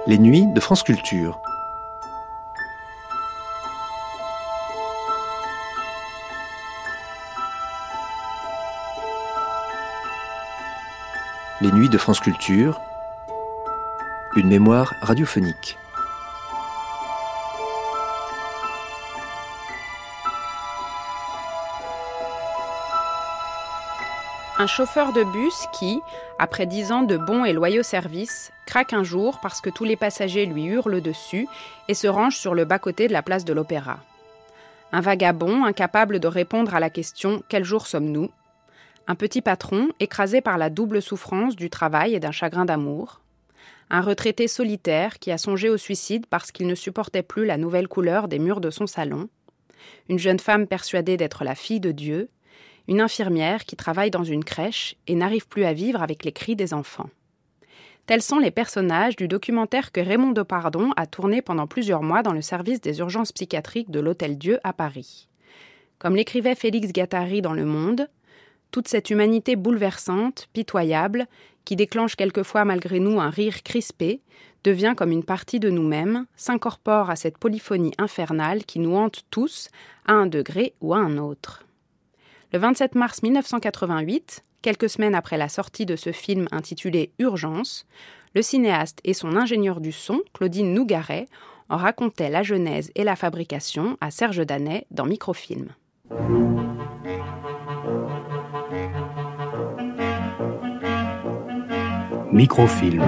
Les nuits de France Culture. Les nuits de France Culture, une mémoire radiophonique. Un chauffeur de bus qui, après 10 ans de bons et loyaux services, craque un jour parce que tous les passagers lui hurlent dessus et se range sur le bas-côté de la place de l'Opéra. Un vagabond incapable de répondre à la question « Quel jour sommes-nous ?» Un petit patron écrasé par la double souffrance du travail et d'un chagrin d'amour. Un retraité solitaire qui a songé au suicide parce qu'il ne supportait plus la nouvelle couleur des murs de son salon. Une jeune femme persuadée d'être la fille de Dieu. Une infirmière qui travaille dans une crèche et n'arrive plus à vivre avec les cris des enfants. Tels sont les personnages du documentaire que Raymond Depardon a tourné pendant plusieurs mois dans le service des urgences psychiatriques de l'Hôtel-Dieu à Paris. Comme l'écrivait Félix Guattari dans Le Monde, toute cette humanité bouleversante, pitoyable, qui déclenche quelquefois malgré nous un rire crispé, devient comme une partie de nous-mêmes, s'incorpore à cette polyphonie infernale qui nous hante tous, à un degré ou à un autre. Le 27 mars 1988, quelques semaines après la sortie de ce film intitulé « Urgence », le cinéaste et son ingénieur du son, Claudine Nougaret, en racontaient la genèse et la fabrication à Serge Danet dans Microfilm. Microfilm.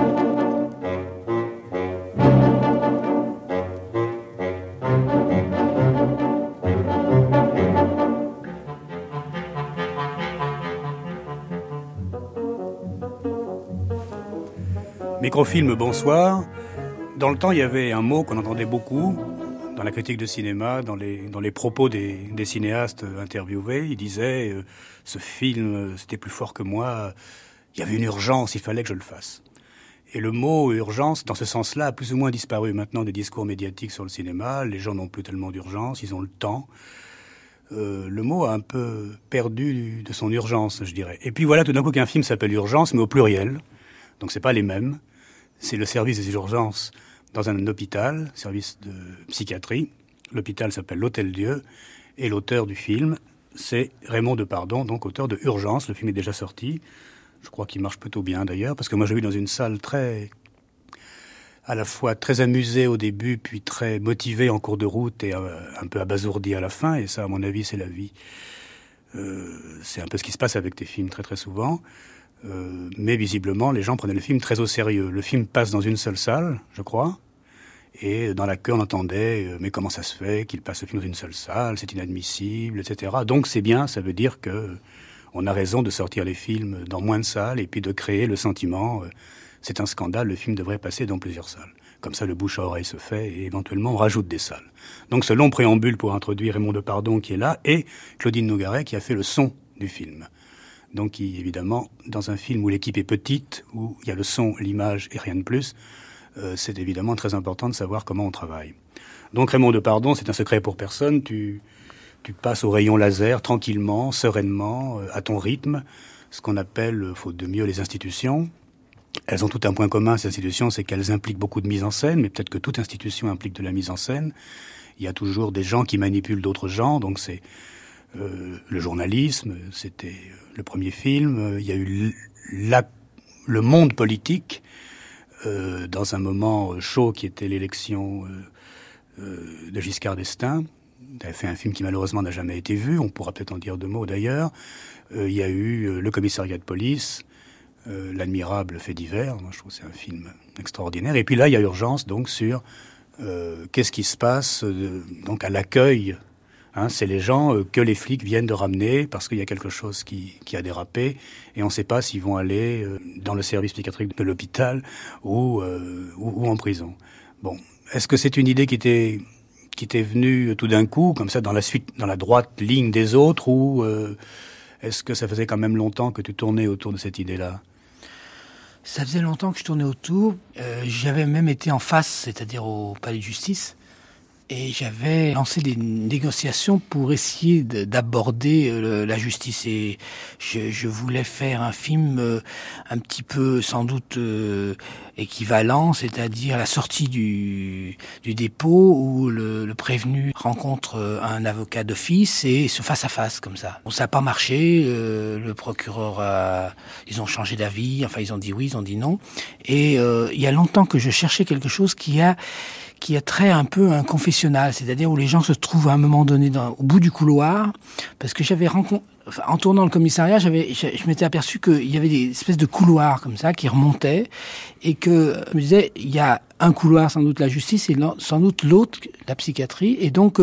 Microfilm, bonsoir. Dans le temps, il y avait un mot qu'on entendait beaucoup dans la critique de cinéma, dans les propos des cinéastes interviewés. Ils disaient ce film, c'était plus fort que moi, il y avait une urgence, il fallait que je le fasse. Et le mot urgence, dans ce sens-là, a plus ou moins disparu maintenant des discours médiatiques sur le cinéma. Les gens n'ont plus tellement d'urgence, ils ont le temps. Le mot a un peu perdu de son urgence, je dirais. Et puis voilà, tout d'un coup, qu'un film s'appelle Urgence, mais au pluriel. Donc c'est pas les mêmes. C'est le service des urgences dans un hôpital, service de psychiatrie. L'hôpital s'appelle l'Hôtel-Dieu. Et l'auteur du film, c'est Raymond Depardon, donc auteur de Urgence. Le film est déjà sorti. Je crois qu'il marche plutôt bien d'ailleurs, parce que moi j'ai vu dans une salle à la fois très amusé au début, puis très motivé en cours de route et un peu abasourdi à la fin. Et ça, à mon avis, c'est la vie. C'est un peu ce qui se passe avec tes films très très souvent. Mais visiblement, les gens prenaient le film très au sérieux. Le film passe dans une seule salle, je crois, et dans la queue, on entendait « mais comment ça se fait qu'il passe le film dans une seule salle, c'est inadmissible, etc. » Donc c'est bien, ça veut dire que on a raison de sortir les films dans moins de salles et puis de créer le sentiment c'est un scandale, le film devrait passer dans plusieurs salles. Comme ça, le bouche à oreille se fait et éventuellement on rajoute des salles. Donc ce long préambule pour introduire Raymond Depardon qui est là et Claudine Nougaret qui a fait le son du film. Donc, évidemment, dans un film où l'équipe est petite, où il y a le son, l'image et rien de plus, c'est évidemment très important de savoir comment on travaille. Donc, Raymond Depardon, c'est un secret pour personne. Tu passes au rayon laser tranquillement, sereinement, à ton rythme, ce qu'on appelle, faute de mieux, les institutions. Elles ont tout un point commun, ces institutions, c'est qu'elles impliquent beaucoup de mise en scène, mais peut-être que toute institution implique de la mise en scène. Il y a toujours des gens qui manipulent d'autres gens, donc c'est le journalisme, c'était le premier film. Il y a eu le monde politique dans un moment chaud qui était l'élection de Giscard d'Estaing. Il avait fait un film qui malheureusement n'a jamais été vu. On pourra peut-être en dire deux mots d'ailleurs. Il y a eu le commissariat de police, l'admirable fait divers. Moi, je trouve que c'est un film extraordinaire. Et puis là, il y a Urgence donc sur qu'est-ce qui se passe donc à l'accueil. C'est les gens que les flics viennent de ramener parce qu'il y a quelque chose qui a dérapé et on ne sait pas s'ils vont aller dans le service psychiatrique de l'hôpital ou en prison. Bon, est-ce que c'est une idée qui t'est venue tout d'un coup, comme ça, dans la droite ligne des autres, ou est-ce que ça faisait quand même longtemps que tu tournais autour de cette idée-là ? Ça faisait longtemps que je tournais autour. J'avais même été en face, c'est-à-dire au palais de justice. Et j'avais lancé des négociations pour essayer d'aborder la justice. Et je voulais faire un film un petit peu, sans doute, équivalent, c'est-à-dire la sortie du dépôt où le prévenu rencontre un avocat d'office et se face à face, comme ça. Bon, ça n'a pas marché. Le procureur ils ont changé d'avis. Enfin, ils ont dit oui, ils ont dit non. Et il y a longtemps que je cherchais quelque chose qui a trait un peu à un confessionnal, c'est-à-dire où les gens se trouvent à un moment donné au bout du couloir, parce que en tournant le commissariat, je m'étais aperçu qu'il y avait des espèces de couloirs comme ça qui remontaient, et que je me disais, il y a un couloir sans doute la justice et sans doute l'autre la psychiatrie, et donc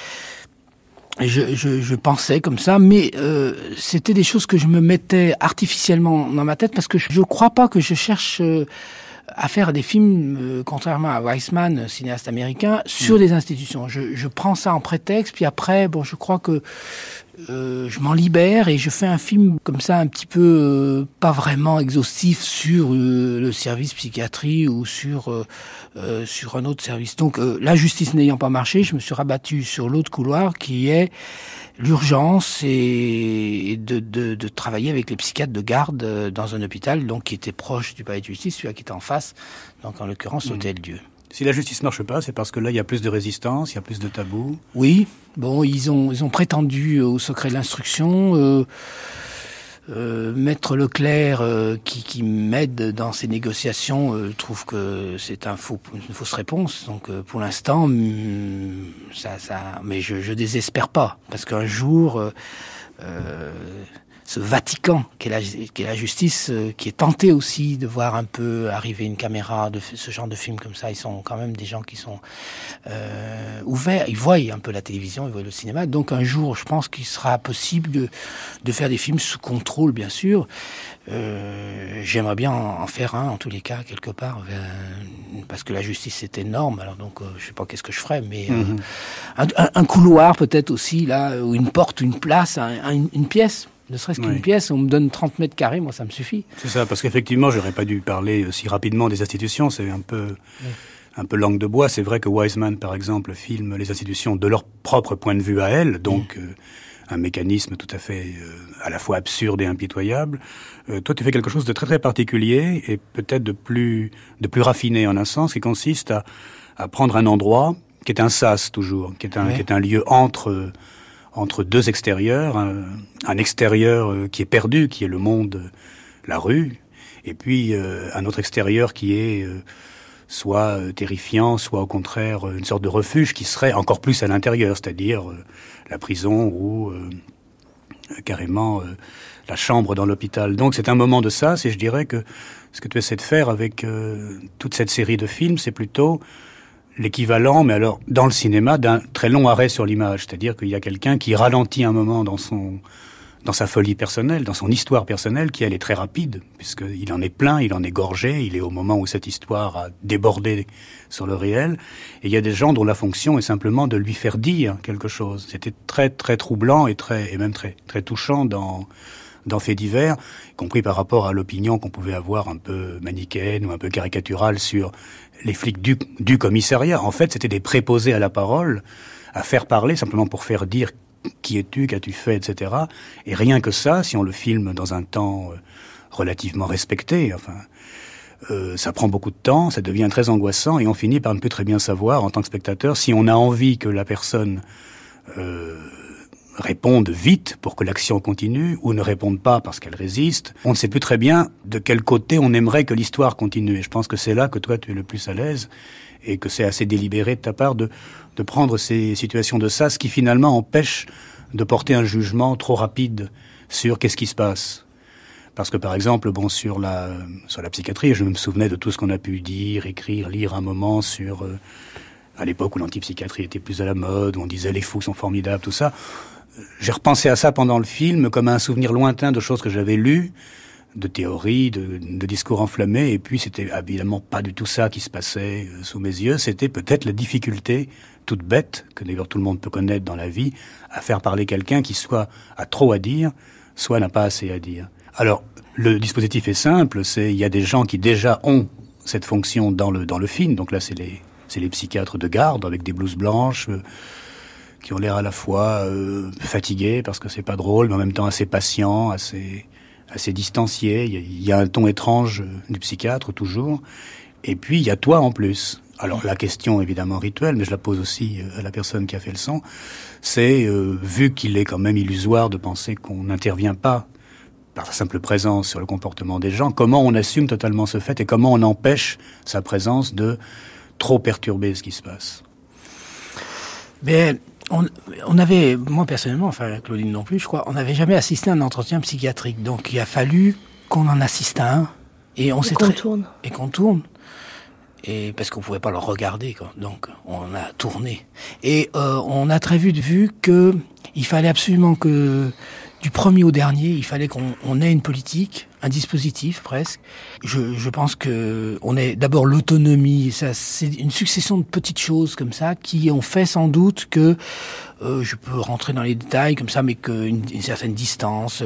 je pensais comme ça, mais c'était des choses que je me mettais artificiellement dans ma tête, parce que je crois pas que je cherche à faire des films, contrairement à Weissman, cinéaste américain, sur des institutions. Je prends ça en prétexte, puis après, je crois que je m'en libère et je fais un film comme ça un petit peu pas vraiment exhaustif sur le service psychiatrie ou sur un autre service. Donc la justice n'ayant pas marché, je me suis rabattu sur l'autre couloir qui est l'urgence et de travailler avec les psychiatres de garde dans un hôpital donc qui était proche du palais de justice, celui qui était en face, donc en l'occurrence l'Hôtel-Dieu. Si la justice marche pas, c'est parce que là, il y a plus de résistance, il y a plus de tabous. Oui, ils ont prétendu au secret de l'instruction. Maître Leclerc, qui m'aide dans ces négociations, trouve que c'est une fausse réponse. Donc, pour l'instant, mais je désespère pas, parce qu'un jour, ce Vatican qu'est la justice, qui est tenté aussi de voir un peu arriver une caméra de ce genre de film comme ça. Ils sont quand même des gens qui sont ouverts. Ils voient un peu la télévision, ils voient le cinéma. Donc un jour, je pense qu'il sera possible de faire des films sous contrôle, bien sûr. J'aimerais bien en faire un, en tous les cas, quelque part, parce que la justice c'est énorme. Alors donc, je sais pas qu'est-ce que je ferais, mais un couloir peut-être aussi là, ou une porte, une place, une pièce. Ne serait-ce qu'une pièce, on me donne 30 mètres carrés, moi ça me suffit. C'est ça, parce qu'effectivement, j'aurais pas dû parler si rapidement des institutions, c'est un peu langue de bois. C'est vrai que Weissman, par exemple, filme les institutions de leur propre point de vue à elles, donc un mécanisme tout à fait à la fois absurde et impitoyable. Toi, tu fais quelque chose de très très particulier et peut-être de plus raffiné en un sens, qui consiste à prendre un endroit qui est un sas toujours, qui est un lieu entre deux extérieurs, un extérieur qui est perdu, qui est le monde, la rue, et puis un autre extérieur qui est soit terrifiant, soit au contraire une sorte de refuge qui serait encore plus à l'intérieur, c'est-à-dire la prison ou carrément la chambre dans l'hôpital. Donc c'est un moment de ça, et je dirais que ce que tu essaies de faire avec toute cette série de films, c'est plutôt l'équivalent, mais alors dans le cinéma, d'un très long arrêt sur l'image. C'est-à-dire qu'il y a quelqu'un qui ralentit un moment dans sa folie personnelle, dans son histoire personnelle, qui elle est très rapide, puisqu'il en est plein, il en est gorgé, il est au moment où cette histoire a débordé sur le réel. Et il y a des gens dont la fonction est simplement de lui faire dire quelque chose. C'était très très troublant et même très très touchant dans Faits divers, y compris par rapport à l'opinion qu'on pouvait avoir un peu manichéenne ou un peu caricaturale sur les flics du commissariat. En fait, c'était des préposés à la parole, à faire parler simplement pour faire dire qui es-tu, qu'as-tu fait, etc. Et rien que ça, si on le filme dans un temps relativement respecté, ça prend beaucoup de temps, ça devient très angoissant et on finit par ne plus très bien savoir en tant que spectateur si on a envie que la personne réponde vite pour que l'action continue ou ne réponde pas parce qu'elle résiste. On ne sait plus très bien de quel côté on aimerait que l'histoire continue. Et je pense que c'est là que toi tu es le plus à l'aise et que c'est assez délibéré de ta part de prendre ces situations de sas qui finalement empêchent de porter un jugement trop rapide sur qu'est-ce qui se passe. Parce que par exemple, sur la psychiatrie, je me souvenais de tout ce qu'on a pu dire, écrire, lire un moment sur à l'époque où l'antipsychiatrie était plus à la mode, où on disait les fous sont formidables, tout ça. J'ai repensé à ça pendant le film comme à un souvenir lointain de choses que j'avais lues, de théories, de discours enflammés, et puis c'était évidemment pas du tout ça qui se passait sous mes yeux, c'était peut-être la difficulté toute bête, que d'ailleurs tout le monde peut connaître dans la vie, à faire parler quelqu'un qui soit a trop à dire, soit n'a pas assez à dire. Alors, le dispositif est simple, il y a des gens qui déjà ont cette fonction dans le film, donc là c'est c'est les psychiatres de garde avec des blouses blanches, qui ont l'air à la fois fatigués parce que c'est pas drôle, mais en même temps assez patients, assez distanciés. Il y a un ton étrange du psychiatre toujours. Et puis il y a toi en plus. Alors la question évidemment rituelle, mais je la pose aussi à la personne qui a fait le son, c'est vu qu'il est quand même illusoire de penser qu'on n'intervient pas par sa simple présence sur le comportement des gens, comment on assume totalement ce fait et comment on empêche sa présence de trop perturber ce qui se passe. Mais on avait, moi personnellement, enfin Claudine non plus, je crois, on n'avait jamais assisté à un entretien psychiatrique, donc il a fallu qu'on en assiste à un et qu'on tourne. Et parce qu'on pouvait pas le regarder, quoi. Donc on a tourné et on a très vite vu que il fallait absolument que du premier au dernier, il fallait qu'on ait une politique, un dispositif presque. Je pense que on est d'abord l'autonomie, ça c'est une succession de petites choses comme ça qui ont fait sans doute que je peux rentrer dans les détails comme ça, mais qu'une certaine distance,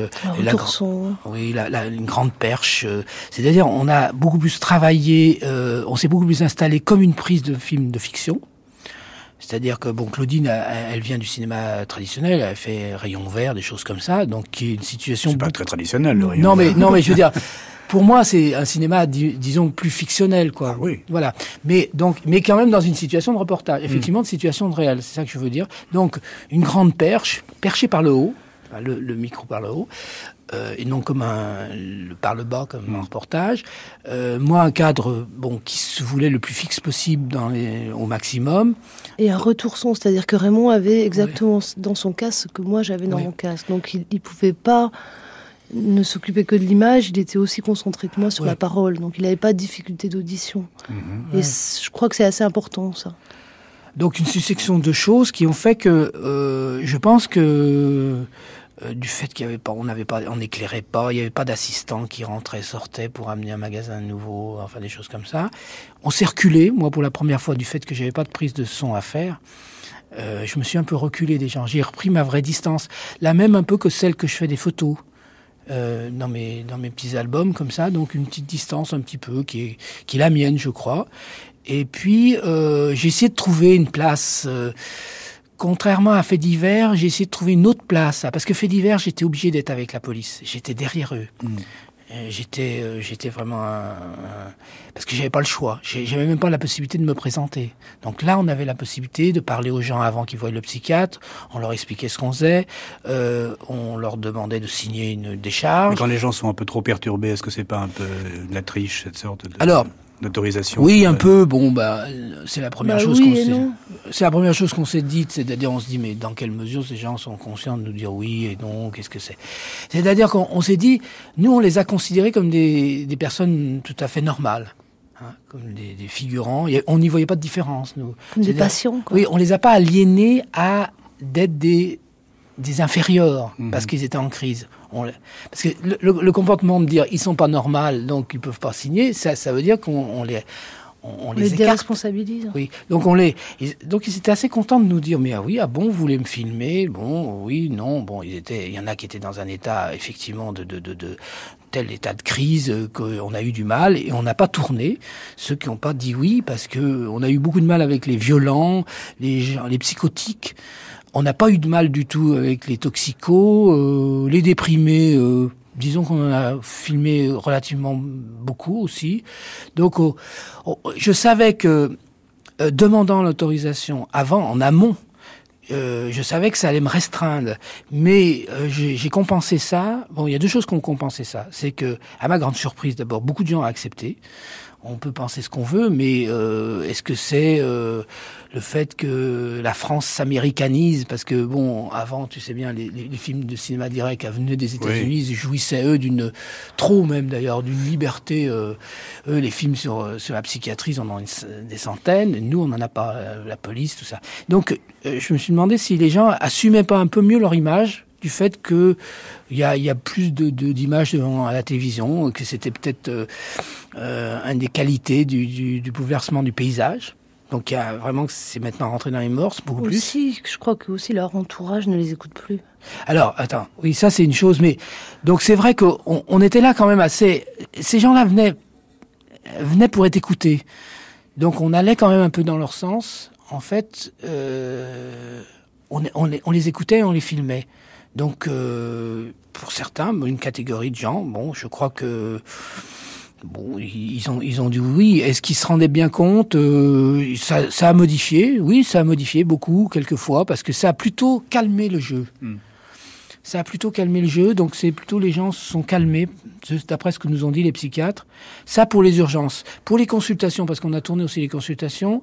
une grande perche. C'est-à-dire on a beaucoup plus travaillé, on s'est beaucoup plus installé comme une prise de film de fiction. C'est-à-dire que Claudine, elle vient du cinéma traditionnel, elle fait Rayon Vert, des choses comme ça, donc qui est une situation. C'est pas très traditionnel le Rayon Vert. Non mais je veux dire, pour moi c'est un cinéma disons plus fictionnel quoi. Ah oui. Voilà. Mais quand même dans une situation de reportage, effectivement de situation de réel, c'est ça que je veux dire. Donc une grande perche, perchée par le haut, le micro par le haut. Et non comme par le bas comme un reportage. Moi, un cadre qui se voulait le plus fixe possible au maximum. Et un retour son, c'est-à-dire que Raymond avait exactement dans son casque ce que moi j'avais dans mon casque. Donc il pouvait pas ne s'occuper que de l'image, il était aussi concentré que moi sur la parole. Donc il n'avait pas de difficulté d'audition. Et je crois que c'est assez important ça. Donc une succession de choses qui ont fait que je pense que du fait qu'il y avait pas, on n'éclairait pas, il y avait pas d'assistant qui rentrait, sortait pour amener un magasin nouveau, enfin des choses comme ça. On s'est reculé, moi pour la première fois, du fait que j'avais pas de prise de son à faire. Je me suis un peu reculé des gens. J'ai repris ma vraie distance, la même un peu que celle que je fais des photos dans mes petits albums comme ça. Donc une petite distance un petit peu qui est la mienne, je crois. Et puis j'ai essayé de trouver une place. Contrairement à Faits divers, j'ai essayé de trouver une autre place. Parce que Faits divers, j'étais obligé d'être avec la police. J'étais derrière eux. J'étais vraiment parce que j'avais pas le choix. J'avais même pas la possibilité de me présenter. Donc là, on avait la possibilité de parler aux gens avant qu'ils voient le psychiatre. On leur expliquait ce qu'on faisait. On leur demandait de signer une décharge. Mais quand les gens sont un peu trop perturbés, est-ce que c'est pas un peu de la triche, cette sorte de... Alors, d'autorisation. Oui, un peu. C'est la première chose c'est la première chose qu'on s'est dite, c'est-à-dire on se dit mais dans quelle mesure ces gens sont conscients de nous dire oui et non, qu'est-ce que c'est. C'est-à-dire qu'on s'est dit, nous on les a considérés comme des personnes tout à fait normales, comme des figurants. On n'y voyait pas de différence nous. Comme des patients. Quoi. Oui, on les a pas aliénés à d'être des inférieurs parce qu'ils étaient en crise. Parce que le comportement de dire ils sont pas normaux donc ils peuvent pas signer, ça veut dire qu'on les écarte. Déresponsabilise. Oui, donc donc ils étaient assez contents de nous dire mais vous voulez me filmer, oui, non, il y en a qui étaient dans un état effectivement de tel état de crise qu'on a eu du mal et on n'a pas tourné. Ceux qui n'ont pas dit oui parce que on a eu beaucoup de mal avec les violents, les psychotiques. On n'a pas eu de mal du tout avec les toxicos, les déprimés. Disons qu'on en a filmé relativement beaucoup aussi. Donc, je savais que demandant l'autorisation en amont, je savais que ça allait me restreindre. Mais j'ai compensé ça. Il y a deux choses qui ont compensé ça. C'est que, à ma grande surprise, d'abord, beaucoup de gens ont accepté. On peut penser ce qu'on veut, mais est-ce que c'est le fait que la France s'américanise? Parce que avant, tu sais bien, les films de cinéma direct venaient des États-Unis, ils jouissaient eux d'une liberté. Eux, les films sur la psychiatrie, ils en ont des centaines. Nous, on n'en a pas. La police, tout ça. Donc, je me suis demandé si les gens assumaient pas un peu mieux leur image. Du fait que il y a plus d'images à la télévision, que c'était peut-être une des qualités du bouleversement du paysage. Donc il y a vraiment que c'est maintenant rentré dans les mœurs beaucoup plus. Aussi, je crois que aussi leur entourage ne les écoute plus. Alors attends, oui ça c'est une chose, mais donc c'est vrai qu'on était là quand même assez. Ces gens-là venaient pour être écoutés. Donc on allait quand même un peu dans leur sens. En fait, on les écoutait et on les filmait. Donc pour certains, une catégorie de gens, je crois que ils ont dit oui. Est-ce qu'ils se rendaient bien compte? Ça a modifié, oui, ça a modifié beaucoup quelquefois parce que ça a plutôt calmé le jeu. Ça a plutôt calmé le jeu, donc c'est plutôt les gens se sont calmés, d'après ce que nous ont dit les psychiatres. Ça pour les urgences. Pour les consultations, parce qu'on a tourné aussi les consultations,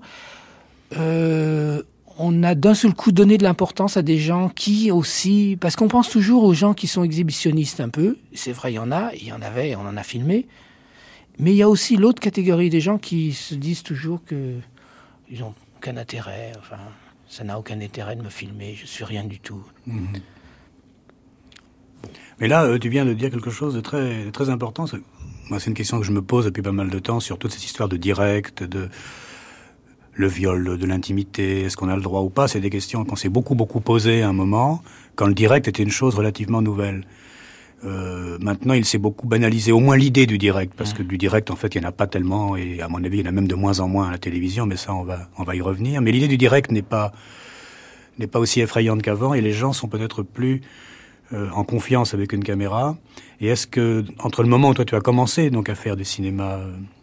on a d'un seul coup donné de l'importance à des gens qui aussi... Parce qu'on pense toujours aux gens qui sont exhibitionnistes un peu. C'est vrai, il y en avait, on en a filmé. Mais il y a aussi l'autre catégorie des gens qui se disent toujours qu'ils n'ont aucun intérêt. Enfin, ça n'a aucun intérêt de me filmer, je suis rien du tout. Mais là, tu viens de dire quelque chose de très, très important. Moi, c'est une question que je me pose depuis pas mal de temps sur toute cette histoire de direct, de le viol de l'intimité, est-ce qu'on a le droit ou pas. C'est des questions qu'on s'est beaucoup posées à un moment, quand le direct était une chose relativement nouvelle. Maintenant, il s'est beaucoup banalisé, au moins l'idée du direct, parce que du direct, en fait, il n'y en a pas tellement, et à mon avis, il y en a même de moins en moins à la télévision, mais ça, on va y revenir. Mais l'idée du direct n'est pas aussi effrayante qu'avant, et les gens sont peut-être plus en confiance avec une caméra. Et est-ce que, entre le moment où toi tu as commencé donc à faire du cinéma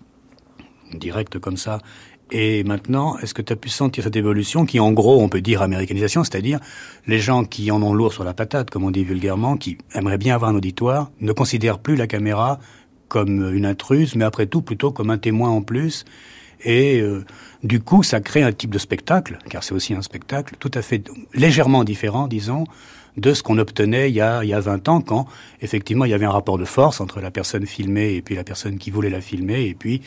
direct comme ça, et maintenant, est-ce que tu as pu sentir cette évolution qui, en gros, on peut dire américanisation, c'est-à-dire les gens qui en ont lourd sur la patate, comme on dit vulgairement, qui aimeraient bien avoir un auditoire, ne considèrent plus la caméra comme une intruse, mais après tout plutôt comme un témoin en plus. Et du coup, ça crée un type de spectacle, car c'est aussi un spectacle, tout à fait légèrement différent, disons, de ce qu'on obtenait il y a 20 ans, quand, effectivement, il y avait un rapport de force entre la personne filmée et puis la personne qui voulait la filmer, et puis,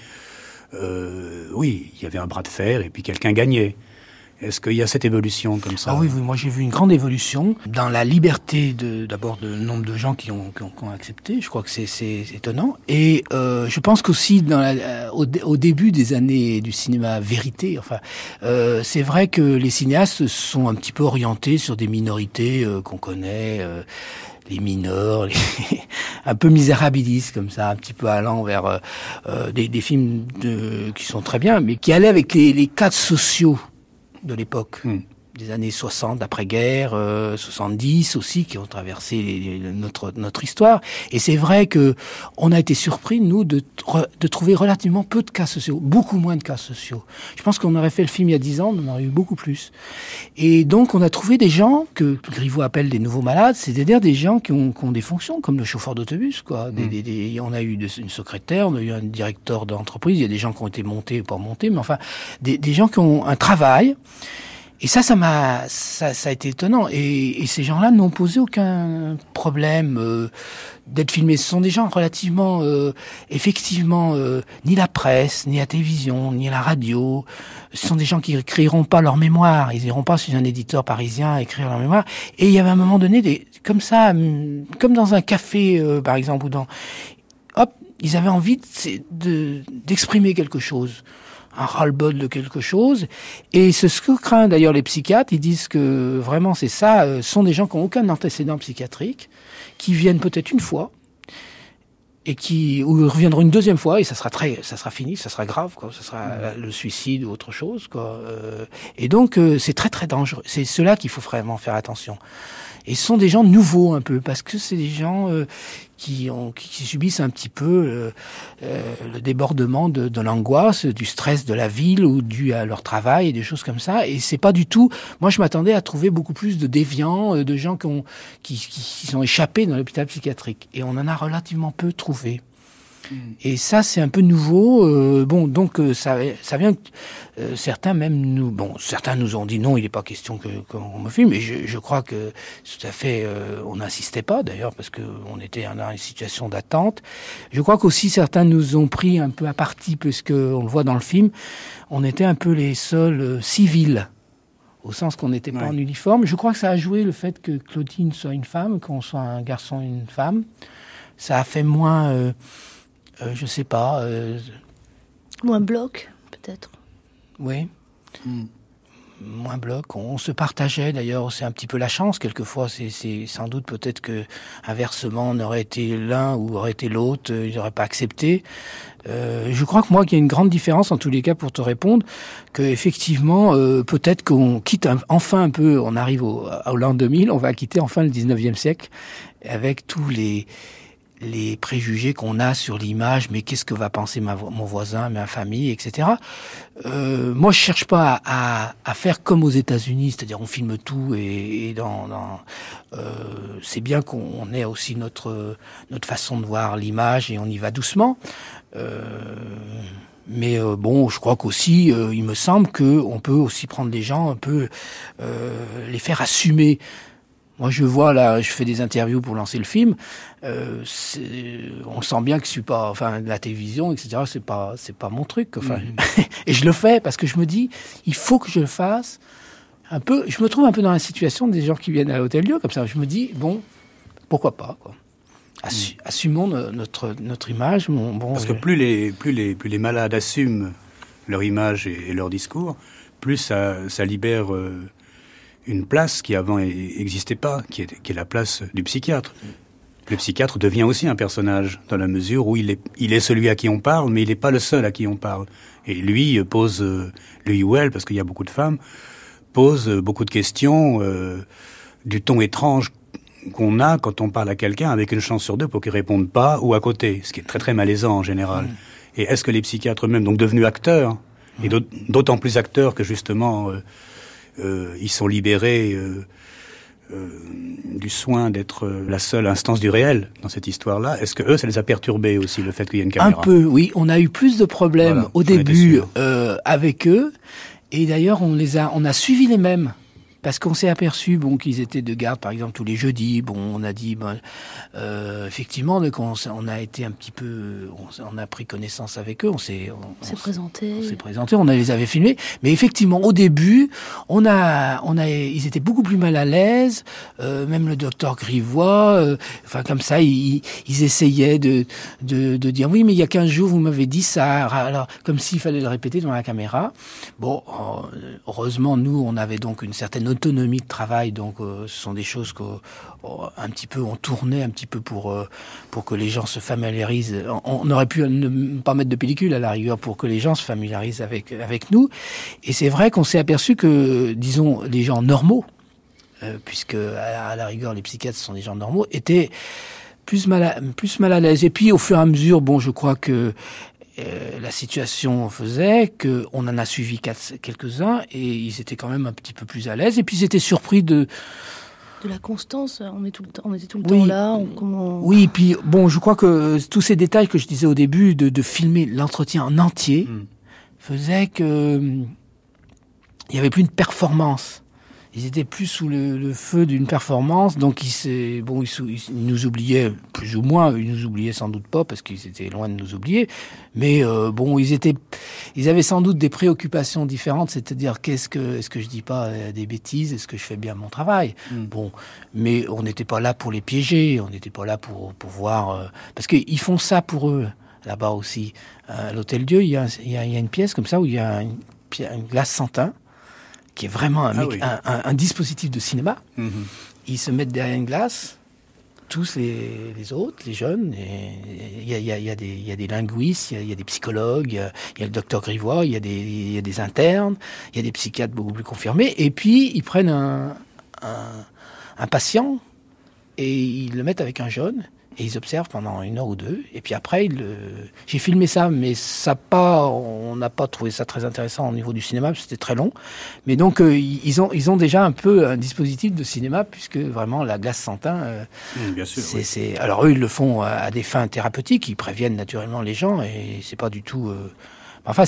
oui, il y avait un bras de fer, et puis quelqu'un gagnait. Est-ce qu'il y a cette évolution comme ça? Ah oui, moi j'ai vu une grande évolution dans la liberté d'abord de nombre de gens qui ont accepté. Je crois que c'est étonnant. Et je pense qu'aussi au début des années du cinéma vérité, c'est vrai que les cinéastes sont un petit peu orientés sur des minorités qu'on connaît. Les mineurs, un peu misérabilistes comme ça, un petit peu allant vers des films qui sont très bien, mais qui allaient avec les cadres sociaux de l'époque, des années 60, d'après-guerre, 70 aussi, qui ont traversé notre histoire. Et c'est vrai que on a été surpris, nous, de trouver relativement peu de cas sociaux, beaucoup moins de cas sociaux. Je pense qu'on aurait fait le film il y a 10 ans, on en aurait eu beaucoup plus. Et donc, on a trouvé des gens que Griveaux appelle des nouveaux malades, c'est-à-dire des gens qui ont des fonctions, comme le chauffeur d'autobus, quoi. On a eu une secrétaire, on a eu un directeur d'entreprise, il y a des gens qui ont été montés ou pas montés, mais enfin, des gens qui ont un travail. Et ça a été étonnant. Et ces gens-là n'ont posé aucun problème d'être filmés. Ce sont des gens relativement, effectivement, ni la presse, ni la télévision, ni la radio. Ce sont des gens qui écriront pas leur mémoire. Ils iront pas chez un éditeur parisien écrire leur mémoire. Et il y avait à un moment donné comme ça, comme dans un café, par exemple, ils avaient envie d'exprimer quelque chose. Un ras-le-bol de quelque chose. Et ce que craignent d'ailleurs les psychiatres, ils disent que vraiment c'est ça, sont des gens qui n'ont aucun antécédent psychiatrique, qui viennent peut-être une fois, et ou reviendront une deuxième fois, et ça sera fini, ça sera grave, quoi. Ça sera le suicide ou autre chose, quoi. Et donc, c'est très très dangereux. C'est cela qu'il faut vraiment faire attention. Et ce sont des gens nouveaux un peu, parce que c'est des gens qui subissent un petit peu le débordement de l'angoisse, du stress de la ville ou dû à leur travail et des choses comme ça. Et c'est pas du tout. Moi, je m'attendais à trouver beaucoup plus de déviants, de gens qui sont échappés dans l'hôpital psychiatrique. Et on en a relativement peu trouvé. Et ça, c'est un peu nouveau. Donc ça vient. Certains nous ont dit non, il n'est pas question qu'on me filme. Mais je crois que tout à fait, on n'insistait pas d'ailleurs parce que on était dans une situation d'attente. Je crois qu'aussi certains nous ont pris un peu à partie puisque on le voit dans le film, on était un peu les seuls civils. Au sens qu'on n'était pas en uniforme. Je crois que ça a joué le fait que Claudine soit une femme, qu'on soit un garçon et une femme. Ça a fait moins. Je sais pas. Moins bloc, peut-être. Oui. moins bloc. On se partageait d'ailleurs, c'est un petit peu la chance quelquefois, c'est sans doute peut-être que inversement on aurait été l'un ou aurait été l'autre, ils n'auraient pas accepté. Je crois que moi qu'il y a une grande différence en tous les cas pour te répondre, que effectivement peut-être qu'on quitte enfin un peu, on arrive au l'an 2000, on va quitter enfin le 19e siècle avec tous les préjugés qu'on a sur l'image, mais qu'est-ce que va penser mon voisin, ma famille, etc. Moi, je cherche pas à faire comme aux États-Unis, c'est-à-dire on filme tout et c'est bien qu'on ait aussi notre façon de voir l'image et on y va doucement. Mais bon, je crois qu'aussi, il me semble qu'on peut aussi prendre les gens un peu, les faire assumer. Moi, je vois là, je fais des interviews pour lancer le film. On sent bien que je suis pas, enfin, la télévision, etc. C'est pas mon truc. Enfin, et je le fais parce que je me dis, il faut que je le fasse. Un peu, je me trouve un peu dans la situation des gens qui viennent à l'Hôtel-Dieu, comme ça. Je me dis, bon, pourquoi pas, quoi. Assumons notre image. Parce que plus les malades assument leur image et leur discours, plus ça libère une place qui avant n'existait pas, qui est la place du psychiatre. Le psychiatre devient aussi un personnage, dans la mesure où il est celui à qui on parle, mais il n'est pas le seul à qui on parle. Et lui pose, lui ou elle, parce qu'il y a beaucoup de femmes, pose beaucoup de questions du ton étrange qu'on a quand on parle à quelqu'un avec une chance sur deux pour qu'il réponde pas ou à côté, ce qui est très très malaisant en général. Et est-ce que les psychiatres eux-mêmes, donc devenus acteurs, et d'autant plus acteurs que justement ils sont libérés du soin d'être la seule instance du réel dans cette histoire-là, est-ce que eux, ça les a perturbés aussi, le fait qu'il y ait une caméra? Un peu, oui. On a eu plus de problèmes au début avec eux, et d'ailleurs on a suivi les mêmes. Parce qu'on s'est aperçu, qu'ils étaient de garde, par exemple, tous les jeudis. On a dit, effectivement, on a été un petit peu, on a pris connaissance avec eux. On s'est présenté. On les avait filmés. Mais effectivement, au début, ils étaient beaucoup plus mal à l'aise. Même le docteur Grivois, comme ça, ils essayaient de dire, oui, mais il y a 15 jours, vous m'avez dit ça. Alors, comme s'il fallait le répéter devant la caméra. Bon, heureusement, nous, on avait donc une certaine autonomie de travail, donc ce sont des choses un petit peu on tournait un petit peu pour que les gens se familiarisent. On aurait pu ne pas mettre de pellicule à la rigueur pour que les gens se familiarisent avec nous. Et c'est vrai qu'on s'est aperçu que, disons, les gens normaux, puisque à la rigueur les psychiatres sont des gens normaux, étaient plus mal à l'aise. Et puis au fur et à mesure, je crois que la situation faisait qu'on en a suivi quelques-uns et ils étaient quand même un petit peu plus à l'aise et puis ils étaient surpris de la constance. On était tout le temps là. Oui, et puis je crois que tous ces détails que je disais au début de filmer l'entretien en entier faisaient que il y avait plus une performance. Ils étaient plus sous le feu d'une performance, donc ils nous oubliaient plus ou moins. Ils nous oubliaient sans doute pas parce qu'ils étaient loin de nous oublier. Mais ils avaient sans doute des préoccupations différentes, c'est-à-dire est-ce que je dis pas des bêtises, est-ce que je fais bien mon travail. Mais on n'était pas là pour les piéger, on n'était pas là pour voir parce qu'ils font ça pour eux là-bas aussi. À l'Hôtel-Dieu, il y a une pièce comme ça où il y a une glace sans teint, qui est vraiment un dispositif de cinéma. Ils se mettent derrière une glace, tous les autres, les jeunes. Il y a des linguistes, il y a des psychologues, il y a le docteur Grivois, il y a des internes, il y a des psychiatres beaucoup plus confirmés. Et puis, ils prennent un patient et ils le mettent avec un jeune. Et ils observent pendant 1 heure ou 2. Et puis après, j'ai filmé ça, mais on n'a pas trouvé ça très intéressant au niveau du cinéma, parce que c'était très long. Mais donc, ils ont déjà un peu un dispositif de cinéma, puisque vraiment, la glace sans teint, bien sûr, alors eux, ils le font à des fins thérapeutiques, ils préviennent naturellement les gens, et c'est pas du tout... Enfin,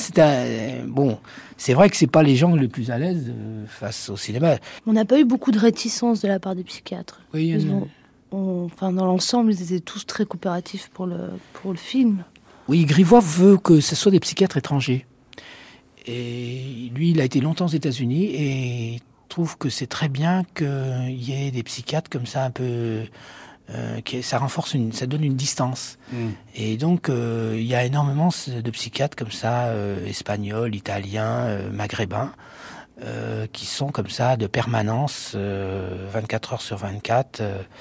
c'est vrai que c'est pas les gens les plus à l'aise face au cinéma. On n'a pas eu beaucoup de réticence de la part des psychiatres. Oui, dans l'ensemble, ils étaient tous très coopératifs pour le film. Oui, Grivois veut que ce soit des psychiatres étrangers. Et lui, il a été longtemps aux États-Unis et trouve que c'est très bien qu'il y ait des psychiatres comme ça un peu... ça donne une distance. Et donc, il y a énormément de psychiatres comme ça, espagnols, italiens, maghrébins, qui sont comme ça de permanence, 24 heures sur 24,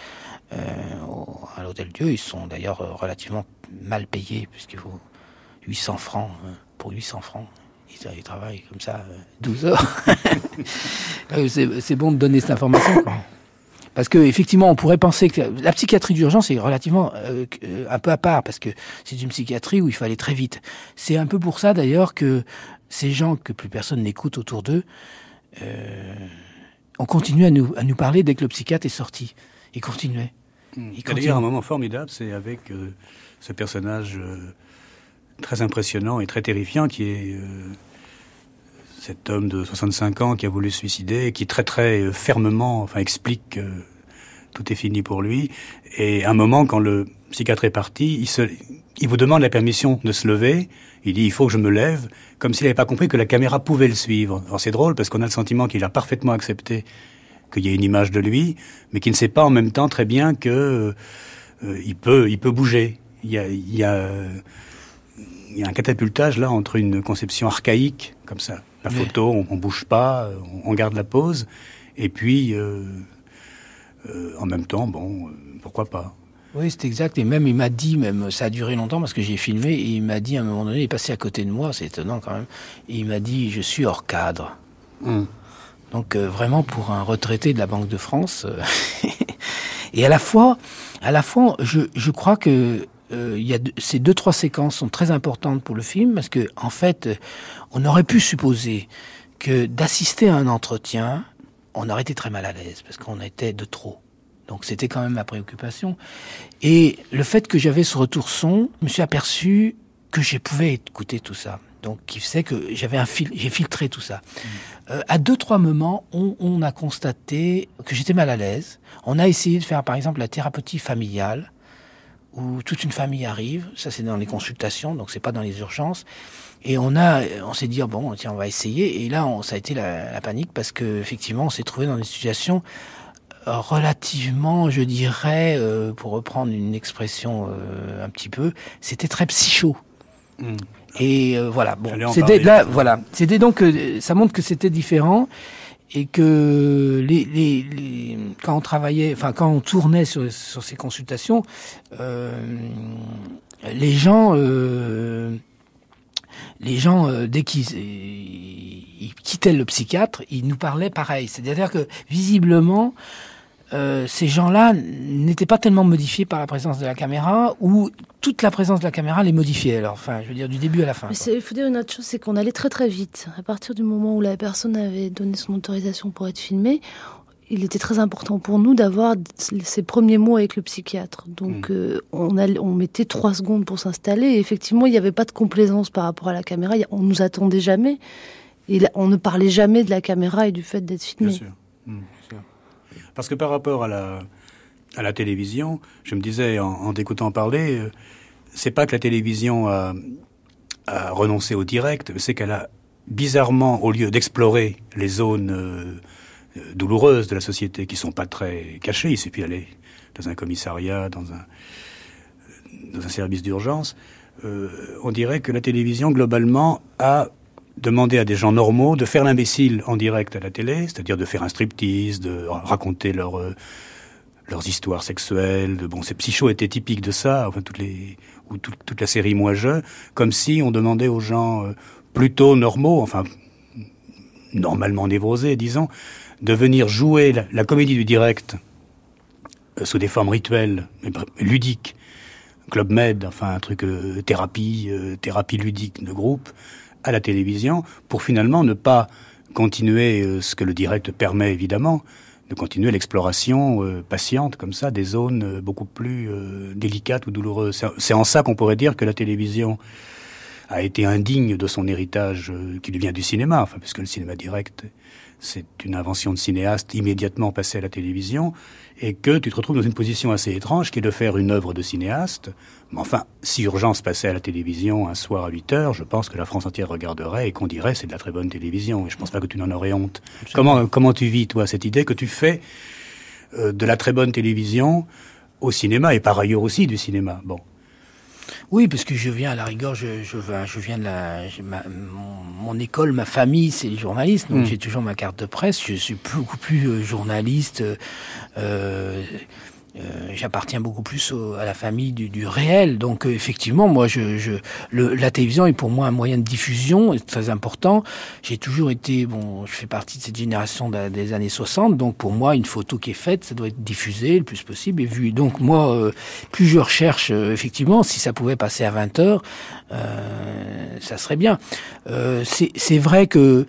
à l'Hôtel-Dieu. Ils sont d'ailleurs relativement mal payés, puisqu'il faut 800 francs, pour 800 francs. Ils travaillent comme ça 12 heures. C'est bon de donner cette information, quoi. Parce que effectivement, on pourrait penser que la psychiatrie d'urgence est relativement un peu à part, parce que c'est une psychiatrie où il faut aller très vite. C'est un peu pour ça d'ailleurs que ces gens que plus personne n'écoute autour d'eux ont continué à nous parler dès que le psychiatre est sorti. Ils continuaient. Il y a d'ailleurs un moment formidable, c'est avec ce personnage très impressionnant et très terrifiant qui est cet homme de 65 ans qui a voulu se suicider et qui très très fermement explique que tout est fini pour lui. Et à un moment, quand le psychiatre est parti, il vous demande la permission de se lever. Il dit « il faut que je me lève », comme s'il n'avait pas compris que la caméra pouvait le suivre. Alors c'est drôle parce qu'on a le sentiment qu'il a parfaitement accepté qu'il y ait une image de lui, mais qu'il ne sait pas en même temps très bien que il peut bouger. Il y a un catapultage là entre une conception archaïque, comme ça, la photo, on bouge pas, on garde la pose, et puis en même temps, pourquoi pas. Oui, c'est exact. Et même, il m'a dit, ça a duré longtemps parce que j'ai filmé, et il m'a dit, à un moment donné, il est passé à côté de moi, c'est étonnant quand même, et il m'a dit, je suis hors cadre. Donc, vraiment, pour un retraité de la Banque de France. Et à la fois, je crois que ces 2-3 séquences sont très importantes pour le film, parce que, en fait, on aurait pu supposer que d'assister à un entretien, on aurait été très mal à l'aise, parce qu'on était de trop. Donc c'était quand même ma préoccupation. Et le fait que j'avais ce retour son, je me suis aperçu que je pouvais écouter tout ça. Donc qui faisait que j'ai filtré tout ça. À 2-3 moments, on a constaté que j'étais mal à l'aise. On a essayé de faire par exemple la thérapeutie familiale, où toute une famille arrive. Ça c'est dans les consultations, donc c'est pas dans les urgences. Et on s'est dit bon tiens on va essayer. Et là ça a été la panique parce que effectivement on s'est trouvé dans des situations relativement, je dirais, pour reprendre une expression un petit peu, c'était très psycho. Et voilà, c'était là, voilà, c'était donc ça montre que c'était différent et que quand on travaillait, quand on tournait sur ces consultations, les gens dès qu'ils quittaient le psychiatre, ils nous parlaient pareil. C'est-à-dire que visiblement ces gens-là n'étaient pas tellement modifiés par la présence de la caméra, ou toute la présence de la caméra les modifiait. Alors, je veux dire, du début à la fin. Il faut dire une autre chose, c'est qu'on allait très très vite. À partir du moment où la personne avait donné son autorisation pour être filmée, il était très important pour nous d'avoir ces premiers mots avec le psychiatre. Donc, on mettait 3 secondes pour s'installer. Et effectivement, il n'y avait pas de complaisance par rapport à la caméra. On nous attendait jamais. Et on ne parlait jamais de la caméra et du fait d'être filmé. Bien sûr. Parce que par rapport à la télévision, je me disais en t'écoutant parler, c'est pas que la télévision a renoncé au direct, c'est qu'elle a bizarrement, au lieu d'explorer les zones douloureuses de la société qui sont pas très cachées, il suffit d'aller dans un commissariat, dans un service d'urgence, on dirait que la télévision globalement a demander à des gens normaux de faire l'imbécile en direct à la télé, c'est-à-dire de faire un striptease, de raconter leurs histoires sexuelles. Ces Psycho était typique de ça, toute la série Moi Je, comme si on demandait aux gens plutôt normaux, normalement névrosés, disons, de venir jouer la comédie du direct sous des formes rituelles, ludiques, Club Med, un truc thérapie ludique de groupe, à la télévision, pour finalement ne pas continuer ce que le direct permet évidemment, de continuer l'exploration patiente comme ça des zones beaucoup plus délicates ou douloureuses. C'est en ça qu'on pourrait dire que la télévision a été indigne de son héritage qui lui vient du cinéma, puisque le cinéma direct c'est une invention de cinéaste immédiatement passée à la télévision, et que tu te retrouves dans une position assez étrange qui est de faire une œuvre de cinéaste. Mais si Urgence passait à la télévision un soir à 8h, je pense que la France entière regarderait et qu'on dirait c'est de la très bonne télévision, et je pense pas que tu n'en aurais honte. Comment tu vis, toi, cette idée que tu fais de la très bonne télévision au cinéma, et par ailleurs aussi du cinéma? Oui, parce que je viens à la rigueur, je viens de mon école, ma famille, c'est les journalistes, donc j'ai toujours ma carte de presse. Je suis beaucoup plus journaliste. J'appartiens beaucoup plus à la famille du réel. Donc effectivement, moi, la télévision est pour moi un moyen de diffusion, c'est très important. J'ai toujours été, je fais partie de cette génération des années 60, donc pour moi, une photo qui est faite, ça doit être diffusé le plus possible et vu. Donc moi, plus je recherche, effectivement, si ça pouvait passer à 20h, ça serait bien. C'est vrai que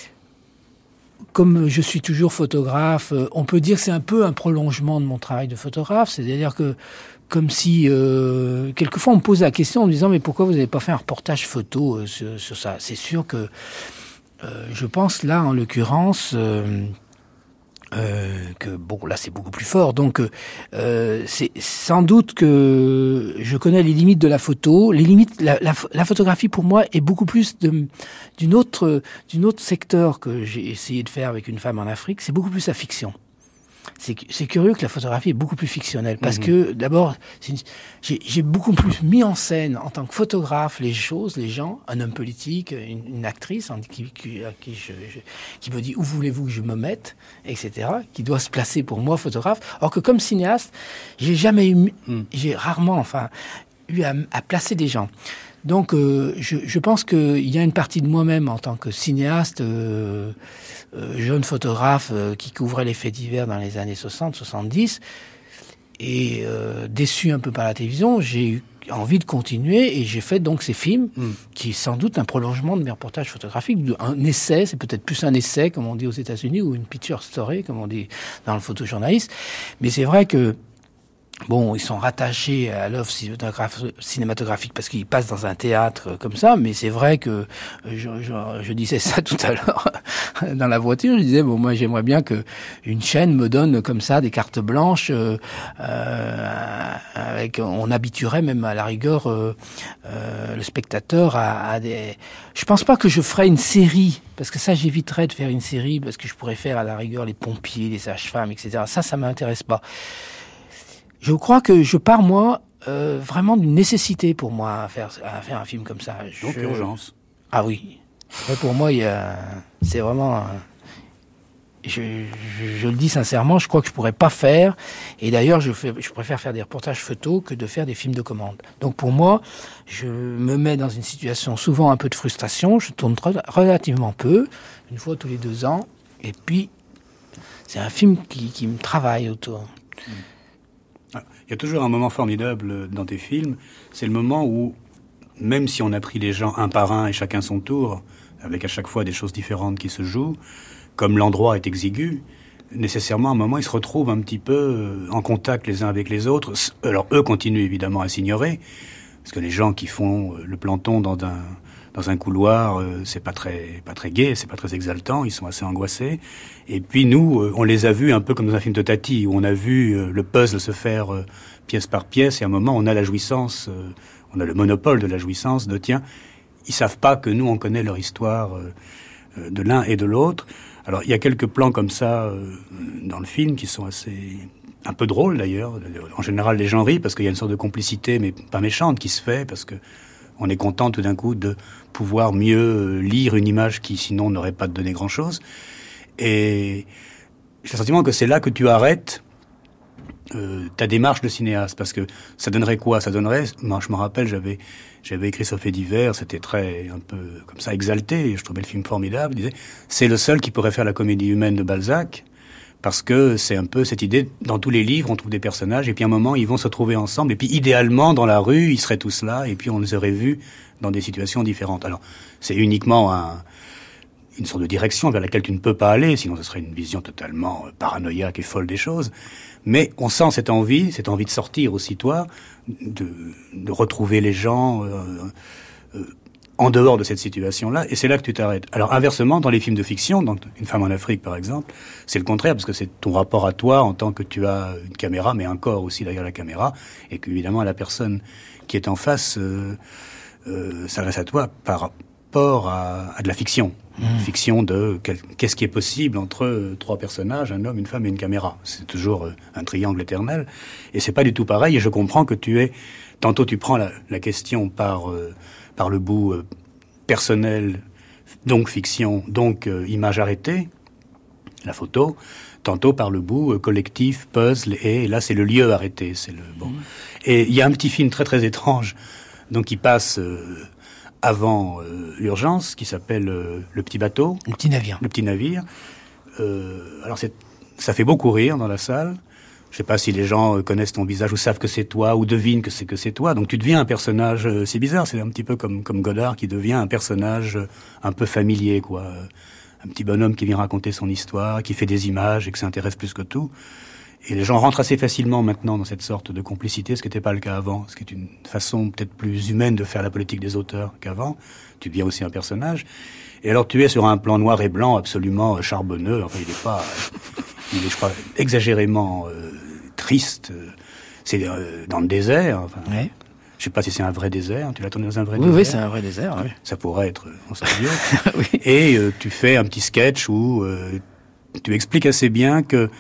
comme je suis toujours photographe, on peut dire que c'est un peu un prolongement de mon travail de photographe. C'est-à-dire que, comme si, quelquefois on me pose la question en me disant « Mais pourquoi vous n'avez pas fait un reportage photo sur ça ?» C'est sûr que, je pense là, en l'occurrence, là c'est beaucoup plus fort. Donc c'est sans doute que je connais les limites de la photo. Les limites, la photographie pour moi est beaucoup plus d'une autre secteur que j'ai essayé de faire avec Une femme en Afrique. C'est beaucoup plus la fiction. C'est curieux que la photographie est beaucoup plus fictionnelle parce que d'abord j'ai beaucoup plus mis en scène en tant que photographe les choses, les gens, un homme politique, une actrice qui me dit où voulez-vous que je me mette, etc., qui doit se placer pour moi photographe. Or que comme cinéaste, j'ai rarement eu à placer des gens. Donc je pense qu'il y a une partie de moi-même en tant que cinéaste, jeune photographe qui couvrait les faits divers dans les années 60-70 et déçu un peu par la télévision, j'ai eu envie de continuer et j'ai fait donc ces films qui est sans doute un prolongement de mes reportages photographiques, un essai, c'est peut-être plus un essai comme on dit aux États-Unis ou une picture story comme on dit dans le photojournalisme, mais c'est vrai que ils sont rattachés à l'œuvre cinématographique parce qu'ils passent dans un théâtre comme ça, mais c'est vrai que je disais ça tout à l'heure dans la voiture, je disais moi j'aimerais bien que une chaîne me donne comme ça des cartes blanches on habituerait même à la rigueur le spectateur à des. Je pense pas que je ferais une série parce que ça j'éviterais de faire une série parce que je pourrais faire à la rigueur les pompiers, les sages-femmes, etc. Ça m'intéresse pas. Je crois que je pars, moi, vraiment d'une nécessité pour moi à faire un film comme ça. Donc, urgence. Ah oui. Mais pour moi, c'est vraiment... Je le dis sincèrement, je crois que je pourrais pas faire. Et d'ailleurs, je préfère faire des reportages photos que de faire des films de commande. Donc pour moi, je me mets dans une situation souvent un peu de frustration. Je tourne relativement peu, une fois tous les 2 ans. Et puis, c'est un film qui me travaille autour. Il y a toujours un moment formidable dans tes films, c'est le moment où, même si on a pris les gens un par un et chacun son tour, avec à chaque fois des choses différentes qui se jouent, comme l'endroit est exigu, nécessairement à un moment ils se retrouvent un petit peu en contact les uns avec les autres. Alors eux continuent évidemment à s'ignorer, parce que les gens qui font le planton dans un couloir, c'est pas très gai, c'est pas très exaltant, ils sont assez angoissés. Et puis nous, on les a vus un peu comme dans un film de Tati, où on a vu le puzzle se faire pièce par pièce, et à un moment on a la jouissance, on a le monopole de la jouissance de tiens, ils savent pas que nous on connaît leur histoire de l'un et de l'autre. Alors il y a quelques plans comme ça dans le film qui sont un peu drôles d'ailleurs. En général les gens rient parce qu'il y a une sorte de complicité, mais pas méchante, qui se fait parce que on est content tout d'un coup de pouvoir mieux lire une image qui sinon n'aurait pas donné grand-chose. Et j'ai le sentiment que c'est là que tu arrêtes ta démarche de cinéaste, parce que ça donnerait quoi ? Ça donnerait, moi je me rappelle, j'avais écrit sur Faits divers, c'était un peu comme ça exalté, et je trouvais le film formidable. Je disais, c'est le seul qui pourrait faire la comédie humaine de Balzac, parce que c'est un peu cette idée, dans tous les livres, on trouve des personnages, et puis à un moment, ils vont se trouver ensemble, et puis idéalement, dans la rue, ils seraient tous là, et puis on les aurait vus dans des situations différentes. Alors, c'est uniquement une sorte de direction vers laquelle tu ne peux pas aller, sinon ce serait une vision totalement paranoïaque et folle des choses. Mais on sent cette envie de sortir aussi, toi, de retrouver les gens en dehors de cette situation-là, et c'est là que tu t'arrêtes. Alors inversement, dans les films de fiction, donc Une femme en Afrique par exemple, c'est le contraire, parce que c'est ton rapport à toi en tant que tu as une caméra, mais un corps aussi derrière la caméra, et qu'évidemment la personne qui est en face s'adresse à toi par rapport à de la fiction. Fiction de qu'est-ce qui est possible entre trois personnages, un homme, une femme et une caméra. C'est toujours un triangle éternel. Et c'est pas du tout pareil. Et je comprends que tantôt tu prends la question par le bout personnel, donc fiction, donc image arrêtée, la photo, tantôt par le bout collectif, puzzle, et là c'est le lieu arrêté. Et il y a un petit film très très étrange, donc qui passe avant l'urgence, qui s'appelle Le Petit Bateau. Le Petit Navire. Le Petit Navire. Alors ça fait beaucoup rire dans la salle. Je sais pas si les gens connaissent ton visage ou savent que c'est toi ou devinent que c'est toi. Donc tu deviens un personnage, c'est bizarre, c'est un petit peu comme Godard qui devient un personnage un peu familier, quoi. Un petit bonhomme qui vient raconter son histoire, qui fait des images et qui s'intéresse plus que tout. Et les gens rentrent assez facilement maintenant dans cette sorte de complicité, ce qui n'était pas le cas avant, ce qui est une façon peut-être plus humaine de faire la politique des auteurs qu'avant. Tu deviens aussi un personnage. Et alors tu es sur un plan noir et blanc absolument charbonneux. Enfin, il est, je crois, exagérément triste. C'est dans le désert. Enfin, ouais. Je sais pas si c'est un vrai désert. Tu l'as tourné dans un vrai désert? Oui, c'est un vrai désert. Oui. Ça pourrait être en studio. Oui. Et tu fais un petit sketch où tu expliques assez bien que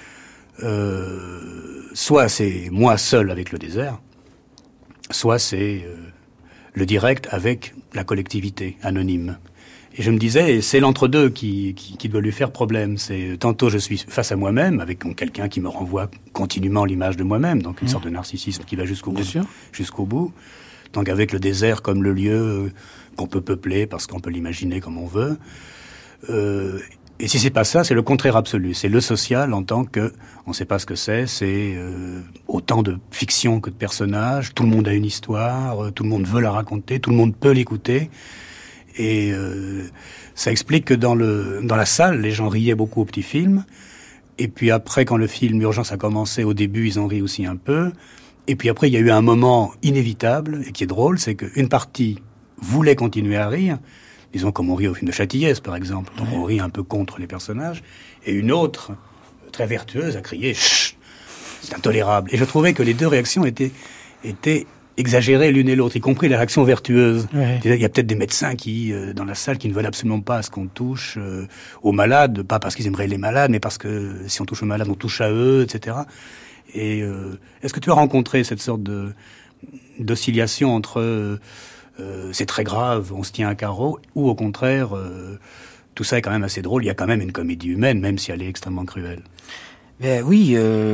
soit c'est moi seul avec le désert, soit c'est le direct avec la collectivité anonyme. Et je me disais, c'est l'entre-deux qui doit lui faire problème. C'est tantôt je suis face à moi-même, avec quelqu'un qui me renvoie continuellement l'image de moi-même, donc une sorte de narcissisme qui va jusqu'au bout. Donc avec le désert comme le lieu qu'on peut peupler parce qu'on peut l'imaginer comme on veut. Et si c'est pas ça, c'est le contraire absolu. C'est le social en tant que, on sait pas ce que c'est autant de fiction que de personnages. Tout le monde a une histoire, tout le monde veut la raconter, tout le monde peut l'écouter. Et ça explique que dans la salle, les gens riaient beaucoup au petit film. Et puis après, quand le film Urgence a commencé, au début, ils ont ri aussi un peu. Et puis après, il y a eu un moment inévitable, et qui est drôle, c'est qu'une partie voulait continuer à rire, disons comme on rit au film de Châtillès, par exemple, donc on rit un peu contre les personnages, et une autre, très vertueuse, a crié « Chut, c'est intolérable !» Et je trouvais que les deux réactions étaient exagérées l'une et l'autre, y compris la réaction vertueuse. Ouais. Il y a peut-être des médecins qui, dans la salle, qui ne veulent absolument pas à ce qu'on touche aux malades, pas parce qu'ils aimeraient les malades, mais parce que si on touche aux malades, on touche à eux, etc. Et est-ce que tu as rencontré cette sorte d'oscillation entre c'est très grave, on se tient à carreau, ou au contraire, tout ça est quand même assez drôle, il y a quand même une comédie humaine, même si elle est extrêmement cruelle. Ben oui,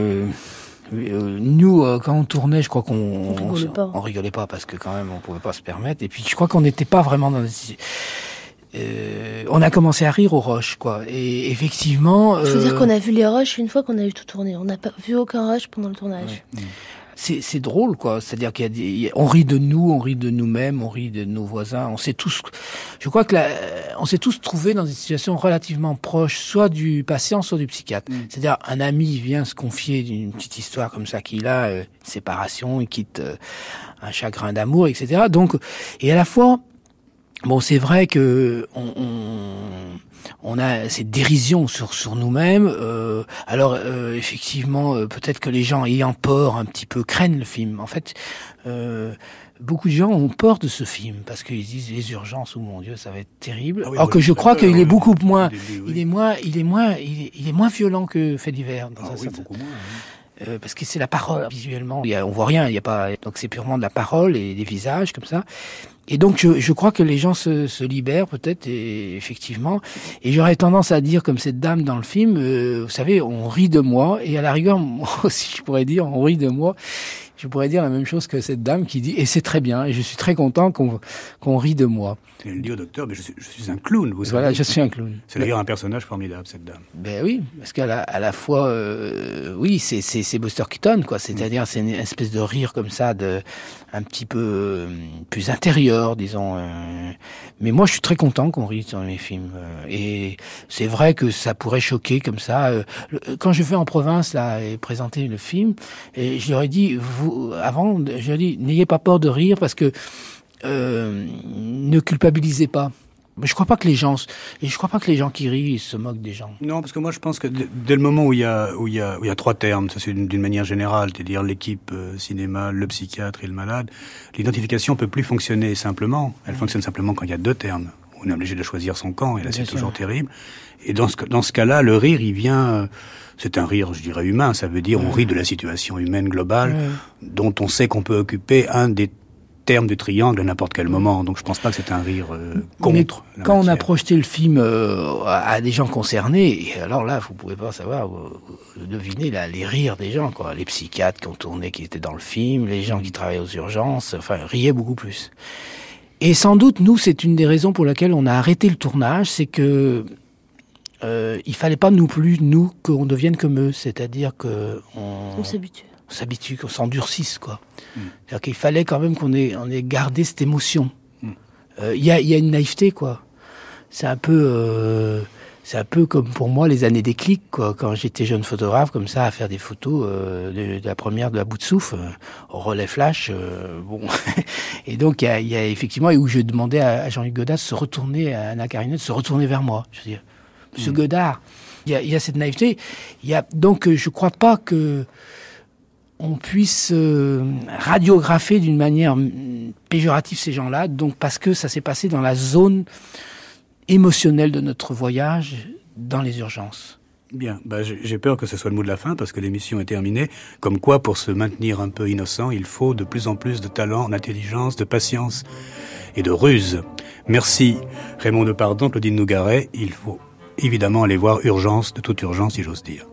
nous, quand on tournait, je crois qu'on rigolait pas parce que quand même on pouvait pas se permettre, et puis je crois qu'on n'était pas vraiment dans on a commencé à rire aux rushs, quoi. Et effectivement... Il faut dire qu'on a vu les rushs une fois qu'on a eu tout tourné. On n'a pas vu aucun rush pendant le tournage. Ouais. C'est drôle, quoi. C'est-à-dire on rit de nous, on rit de nous-mêmes, on rit de nos voisins. On s'est tous, je crois que on s'est tous trouvés dans une situation relativement proche, soit du patient, soit du psychiatre. C'est-à-dire, un ami vient se confier d'une petite histoire comme ça qu'il a, séparation, il quitte un chagrin d'amour, etc. Donc, et à la fois, bon, c'est vrai que on a cette dérision sur nous-mêmes. Alors effectivement, peut-être que les gens ayant peur un petit peu craignent le film. En fait, beaucoup de gens ont peur de ce film parce qu'ils disent les urgences, oh mon Dieu, ça va être terrible. Ah oui, alors que je crois qu'il est beaucoup moins, il est moins violent que Fait divers dans un certain. Beaucoup moins. Parce que c'est la parole visuellement. On voit rien, il y a pas. Donc c'est purement de la parole et des visages comme ça. Et donc je crois que les gens se libèrent peut-être, et effectivement. Et j'aurais tendance à dire comme cette dame dans le film, vous savez, on rit de moi, et à la rigueur, moi aussi je pourrais dire, on rit de moi. Je pourrais dire la même chose que cette dame qui dit, et c'est très bien, et je suis très content qu'on rit de moi. Elle dit au docteur, mais je suis un clown, vous savez. Voilà, je suis un clown. C'est d'ailleurs un personnage formidable, cette dame. Ben oui, parce qu'à la fois, oui, c'est Buster Keaton, quoi. C'est-à-dire, c'est une espèce de rire comme ça, un petit peu plus intérieur, disons. Mais moi, je suis très content qu'on rit dans mes films. Et c'est vrai que ça pourrait choquer comme ça. Quand je vais en province là et présenter le film, et je leur ai dit, je leur ai dit, n'ayez pas peur de rire parce que ne culpabilisez pas. Mais je crois pas que les gens qui rient se moquent des gens. Non, parce que moi je pense que dès le moment où il y a trois termes, ça c'est d'une manière générale, c'est-à-dire l'équipe cinéma, le psychiatre et le malade, l'identification peut plus fonctionner simplement. Elle fonctionne simplement quand il y a deux termes. On est obligé de choisir son camp, et là c'est toujours terrible. Et dans ce cas-là, le rire, il vient... c'est un rire, je dirais, humain. Ça veut dire on rit de la situation humaine globale, dont on sait qu'on peut occuper un des termes du triangle à n'importe quel moment. Donc je pense pas que c'est un rire contre. Mais quand on a projeté le film à des gens concernés, et alors là, vous pouvez pas savoir, deviner les rires des gens, quoi. Les psychiatres qui ont tourné, qui étaient dans le film, les gens qui travaillaient aux urgences, enfin, riaient beaucoup plus. Et sans doute, nous, c'est une des raisons pour laquelle on a arrêté le tournage, c'est que il fallait pas non plus, nous, qu'on devienne comme eux, c'est-à-dire que on s'habitue, qu'on s'endurcisse, quoi. C'est-à-dire qu'il fallait quand même qu'on ait gardé cette émotion. Il y a une naïveté, quoi. C'est un peu comme pour moi les années déclic, quoi. Quand j'étais jeune photographe, comme ça, à faire des photos de la première de la bout de souffle, au relais flash, bon. Et donc il y a effectivement, et où je demandais à Jean-Luc Godard de se retourner, à Anna Karenina de se retourner vers moi. Je veux dire, Monsieur Godard, il y a cette naïveté. Donc je crois pas que on puisse radiographer d'une manière péjorative ces gens-là, donc parce que ça s'est passé dans la zone émotionnelle de notre voyage dans les urgences. Bien, j'ai peur que ce soit le mot de la fin parce que l'émission est terminée. Comme quoi, pour se maintenir un peu innocent, il faut de plus en plus de talent, d'intelligence, de patience et de ruse. Merci Raymond Depardon, Claudine Nougaret. Il faut évidemment aller voir Urgence, de toute urgence si j'ose dire.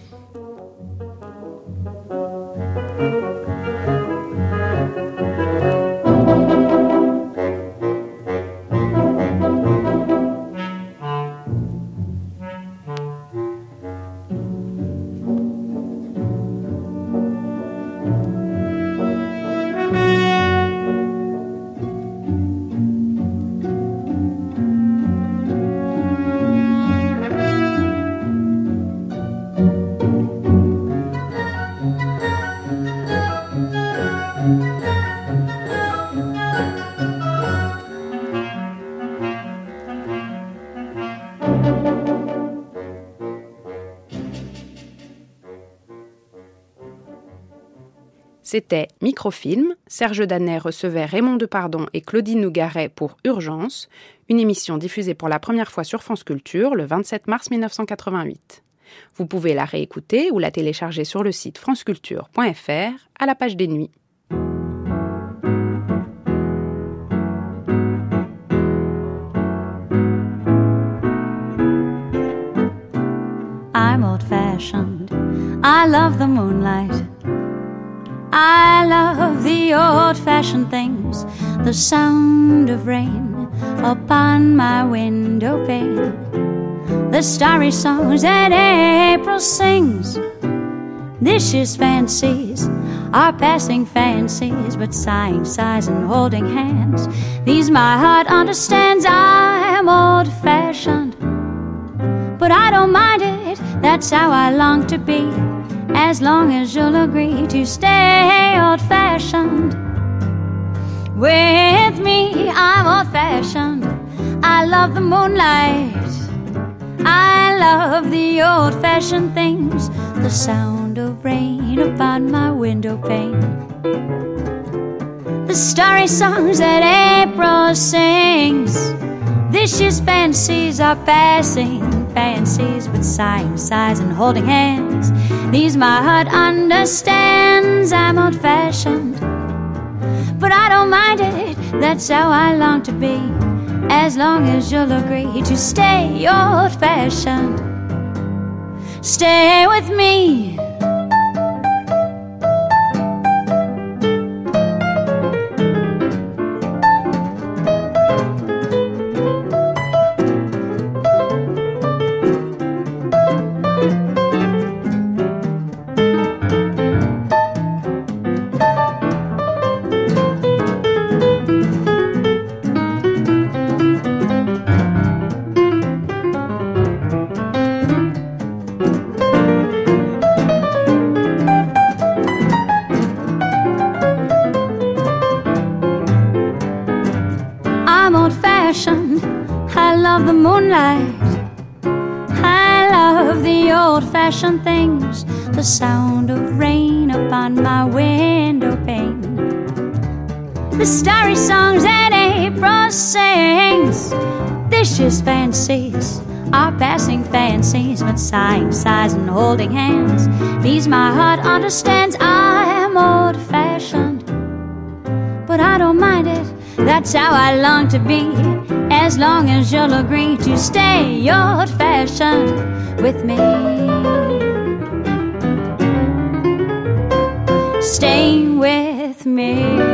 C'était Microfilm. Serge Danet recevait Raymond Depardon et Claudine Nougaret pour Urgence, une émission diffusée pour la première fois sur France Culture le 27 mars 1988. Vous pouvez la réécouter ou la télécharger sur le site franceculture.fr à la page des nuits. I'm old-fashioned. I love the moonlight. I love the old-fashioned things, the sound of rain upon my window pane, the starry songs that April sings. This year's fancies are passing fancies, but sighing sighs and holding hands, these my heart understands. I'm old-fashioned, but I don't mind it, that's how I long to be, as long as you'll agree to stay old-fashioned with me. I'm old-fashioned. I love the moonlight. I love the old-fashioned things, the sound of rain upon my window pane, the starry songs that April sings. This year's fancies are passing fancies, but sighing sighs and holding hands, these my heart understands. I'm old-fashioned, but I don't mind it, that's how I long to be, as long as you'll agree to stay old-fashioned. Stay with me. love the moonlight. I love the old-fashioned things, the sound of rain upon my window pane, the starry songs that April sings. Vicious fancies are passing fancies, but sighing sighs and holding hands means my heart understands. I am old-fashioned, but I don't mind it. That's how I long to be, as long as you'll agree to stay old-fashioned with me. Stay with me.